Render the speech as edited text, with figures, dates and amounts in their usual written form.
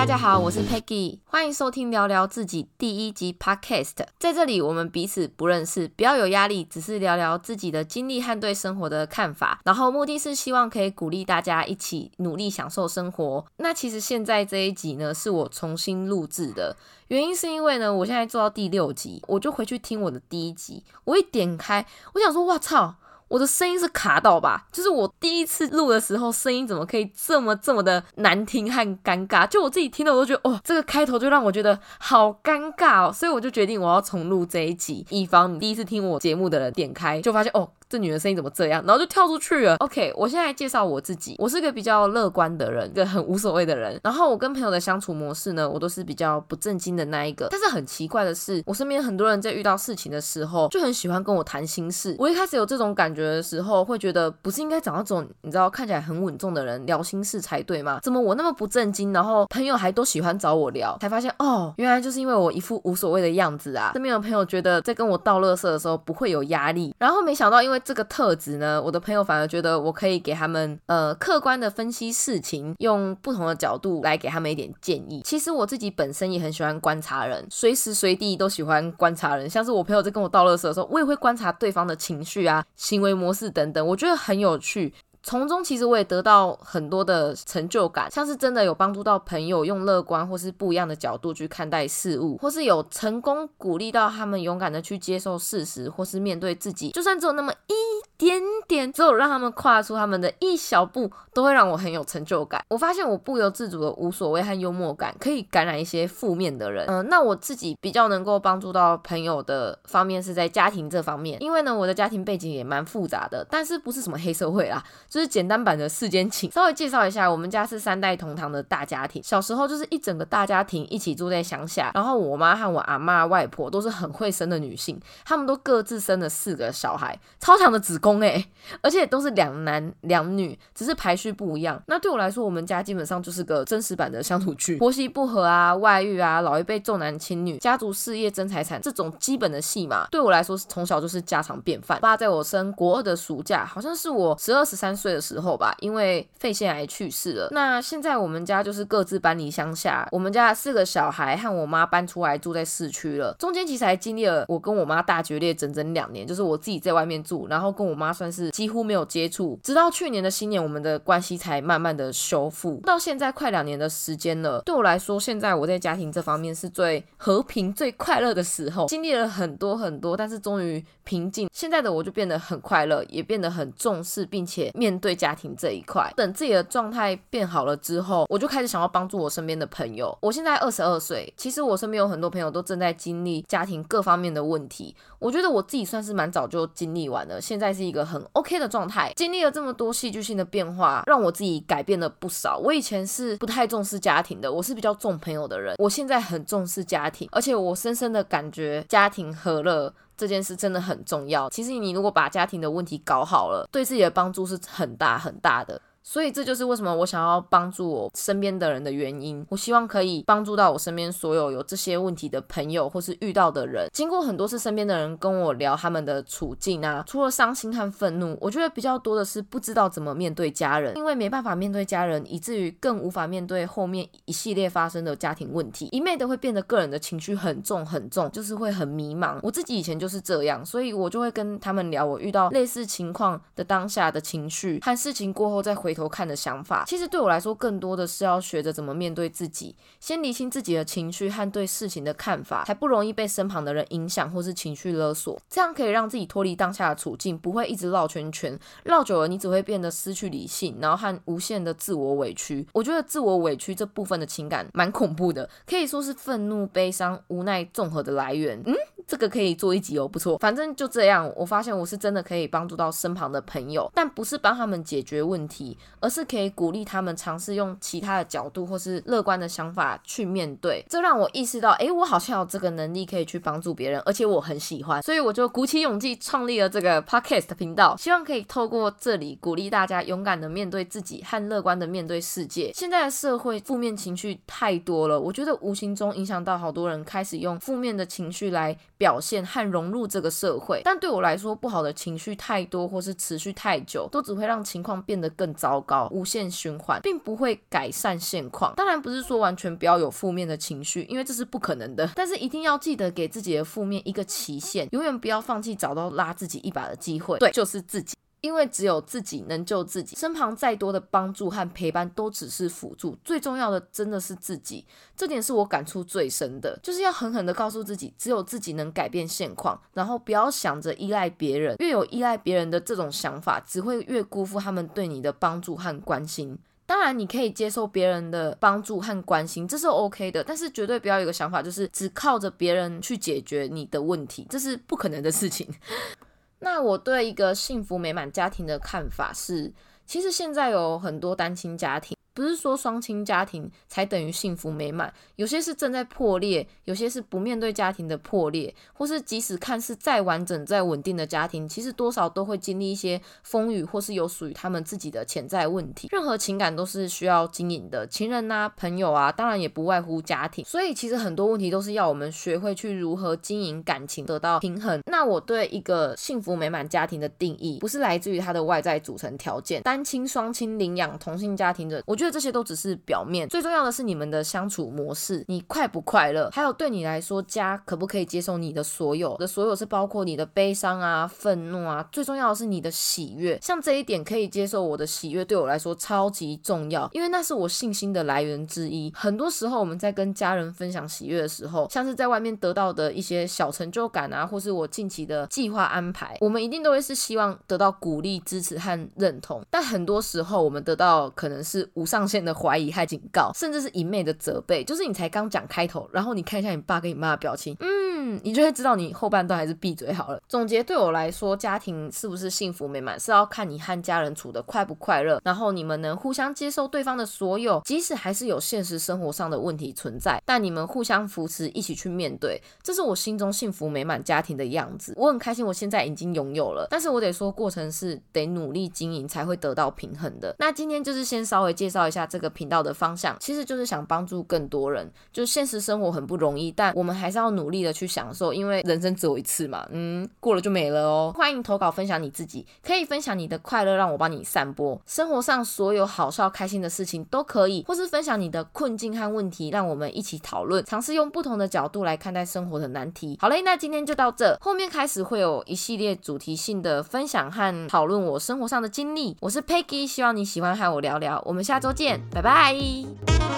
大家好，我是 Peggy， 欢迎收听聊聊自己第一集 Podcast。 在这里我们彼此不认识，不要有压力，只是聊聊自己的经历和对生活的看法，然后目的是希望可以鼓励大家一起努力享受生活。那其实现在这一集呢是我重新录制的，原因是因为呢我现在做到第6集，我就回去听我的第1集，我一点开我想说哇操，我的声音是卡到吧，就是我第一次录的时候声音怎么可以这么的难听和尴尬，就我自己听了我都觉得这个开头就让我觉得好尴尬哦，所以我就决定我要重录这一集，以防你第一次听我节目的人点开就发现这女人声音怎么这样，然后就跳出去了。 OK， 我现在来介绍我自己，我是个比较乐观的人，一个很无所谓的人，然后我跟朋友的相处模式呢，我都是比较不正经的那一个，但是很奇怪的是我身边很多人在遇到事情的时候就很喜欢跟我谈心事，我一开始有这种感觉的时候会觉得不是应该找那种你知道看起来很稳重的人聊心事才对吗？怎么我那么不正经，然后朋友还都喜欢找我聊，才发现原来就是因为我一副无所谓的样子啊，身边的朋友觉得在跟我倒垃圾的时候不会有压力，然后没想到因为这个特质呢，我的朋友反而觉得我可以给他们客观的分析事情，用不同的角度来给他们一点建议。其实我自己本身也很喜欢观察人，随时随地都喜欢观察人，像是我朋友在跟我倒垃圾的时候，我也会观察对方的情绪啊、行为模式等等，我觉得很有趣。从中其实我也得到很多的成就感，像是真的有帮助到朋友用乐观或是不一样的角度去看待事物，或是有成功鼓励到他们勇敢的去接受事实，或是面对自己，就算只有那么一点点，只有让他们跨出他们的一小步，都会让我很有成就感。我发现我不由自主的无所谓和幽默感可以感染一些负面的人。那我自己比较能够帮助到朋友的方面是在家庭这方面，因为呢我的家庭背景也蛮复杂的，但是不是什么黑社会啦，就是简单版的世间情。稍微介绍一下，我们家是3代同堂的大家庭，小时候就是一整个大家庭一起住在乡下，然后我妈和我阿嬷外婆都是很会生的女性，她们都各自生了4个小孩，超强的子宫而且都是2男2女，只是排序不一样。那对我来说，我们家基本上就是个真实版的乡土剧，婆媳不和啊、外遇啊、老一辈重男轻女、家族事业争财产，这种基本的戏码对我来说从小就是家常便饭。爸在我升国2的暑假，好像是我12、13岁的时候吧，因为肺腺癌去世了。那现在我们家就是各自搬离乡下，我们家的4个小孩和我妈搬出来住在市区了。中间其实还经历了我跟我妈大决裂整整2年，就是我自己在外面住，然后跟我妈算是几乎没有接触，直到去年的新年我们的关系才慢慢的修复，到现在快2年的时间了。对我来说，现在我在家庭这方面是最和平最快乐的时候，经历了很多很多，但是终于平静。现在的我就变得很快乐，也变得很重视并且面对家庭这一块。等自己的状态变好了之后，我就开始想要帮助我身边的朋友。我现在22岁，其实我身边有很多朋友都正在经历家庭各方面的问题，我觉得我自己算是蛮早就经历完了，现在是一个很 OK 的状态。经历了这么多戏剧性的变化，让我自己改变了不少。我以前是不太重视家庭的，我是比较重朋友的人，我现在很重视家庭，而且我深深的感觉家庭和乐这件事真的很重要。其实你如果把家庭的问题搞好了，对自己的帮助是很大很大的。所以这就是为什么我想要帮助我身边的人的原因，我希望可以帮助到我身边所有有这些问题的朋友或是遇到的人。经过很多次身边的人跟我聊他们的处境啊，除了伤心和愤怒，我觉得比较多的是不知道怎么面对家人，因为没办法面对家人，以至于更无法面对后面一系列发生的家庭问题，一昧的会变得个人的情绪很重很重，就是会很迷茫。我自己以前就是这样，所以我就会跟他们聊我遇到类似情况的当下的情绪和事情过后再回头看的想法。其实对我来说更多的是要学着怎么面对自己，先厘清自己的情绪和对事情的看法，才不容易被身旁的人影响或是情绪勒索，这样可以让自己脱离当下的处境，不会一直绕圈圈，绕久了你只会变得失去理性，然后和无限的自我委屈。我觉得自我委屈这部分的情感蛮恐怖的，可以说是愤怒、悲伤、无奈综合的来源。这个可以做一集不错。反正就这样，我发现我是真的可以帮助到身旁的朋友，但不是帮他们解决问题，而是可以鼓励他们尝试用其他的角度或是乐观的想法去面对。这让我意识到我好像有这个能力可以去帮助别人，而且我很喜欢，所以我就鼓起勇气创立了这个 podcast 频道，希望可以透过这里鼓励大家勇敢的面对自己和乐观的面对世界。现在的社会负面情绪太多了，我觉得无形中影响到好多人开始用负面的情绪来表现和融入这个社会，但对我来说不好的情绪太多或是持续太久，都只会让情况变得更糟糟糕，无限循环，并不会改善现况。当然不是说完全不要有负面的情绪，因为这是不可能的，但是一定要记得给自己的负面一个期限，永远不要放弃找到拉自己一把的机会。对，就是自己。因为只有自己能救自己，身旁再多的帮助和陪伴都只是辅助，最重要的真的是自己。这点是我感触最深的，就是要狠狠的告诉自己，只有自己能改变现况，然后不要想着依赖别人，越有依赖别人的这种想法，只会越辜负他们对你的帮助和关心。当然你可以接受别人的帮助和关心，这是 OK 的，但是绝对不要有一个想法，就是只靠着别人去解决你的问题，这是不可能的事情。那我对一个幸福美满家庭的看法是，其实现在有很多单亲家庭，不是说双亲家庭才等于幸福美满，有些是正在破裂，有些是不面对家庭的破裂，或是即使看似再完整再稳定的家庭，其实多少都会经历一些风雨，或是有属于他们自己的潜在问题。任何情感都是需要经营的，情人啊，朋友啊，当然也不外乎家庭，所以其实很多问题都是要我们学会去如何经营感情，得到平衡。那我对一个幸福美满家庭的定义，不是来自于它的外在组成条件，单亲、双亲、领养、同性家庭的，我觉得这些都只是表面，最重要的是你们的相处模式，你快不快乐，还有对你来说家可不可以接受你的所有，的所有是包括你的悲伤啊、愤怒啊，最重要的是你的喜悦。像这一点可以接受我的喜悦，对我来说超级重要，因为那是我信心的来源之一。很多时候我们在跟家人分享喜悦的时候，像是在外面得到的一些小成就感啊，或是我近期的计划安排，我们一定都会是希望得到鼓励、支持和认同，但很多时候我们得到可能是无上限的怀疑和警告，甚至是一昧的责备，就是你才刚讲开头，然后你看一下你爸跟你妈的表情，你就会知道你后半段还是闭嘴好了。总结对我来说，家庭是不是幸福美满，是要看你和家人处得快不快乐，然后你们能互相接受对方的所有，即使还是有现实生活上的问题存在，但你们互相扶持，一起去面对，这是我心中幸福美满家庭的样子。我很开心我现在已经拥有了，但是我得说过程是得努力经营才会得到平衡的。那今天就是先稍微介绍一下这个频道的方向，其实就是想帮助更多人，就是现实生活很不容易，但我们还是要努力的去享受，因为人生只有一次嘛，过了就没了哦。欢迎投稿分享你自己，可以分享你的快乐让我帮你散播，生活上所有好笑开心的事情都可以，或是分享你的困境和问题，让我们一起讨论，尝试用不同的角度来看待生活的难题。好嘞，那今天就到这，后面开始会有一系列主题性的分享和讨论我生活上的经历。我是 Peggy， 希望你喜欢和我聊聊，我们下周见，拜拜。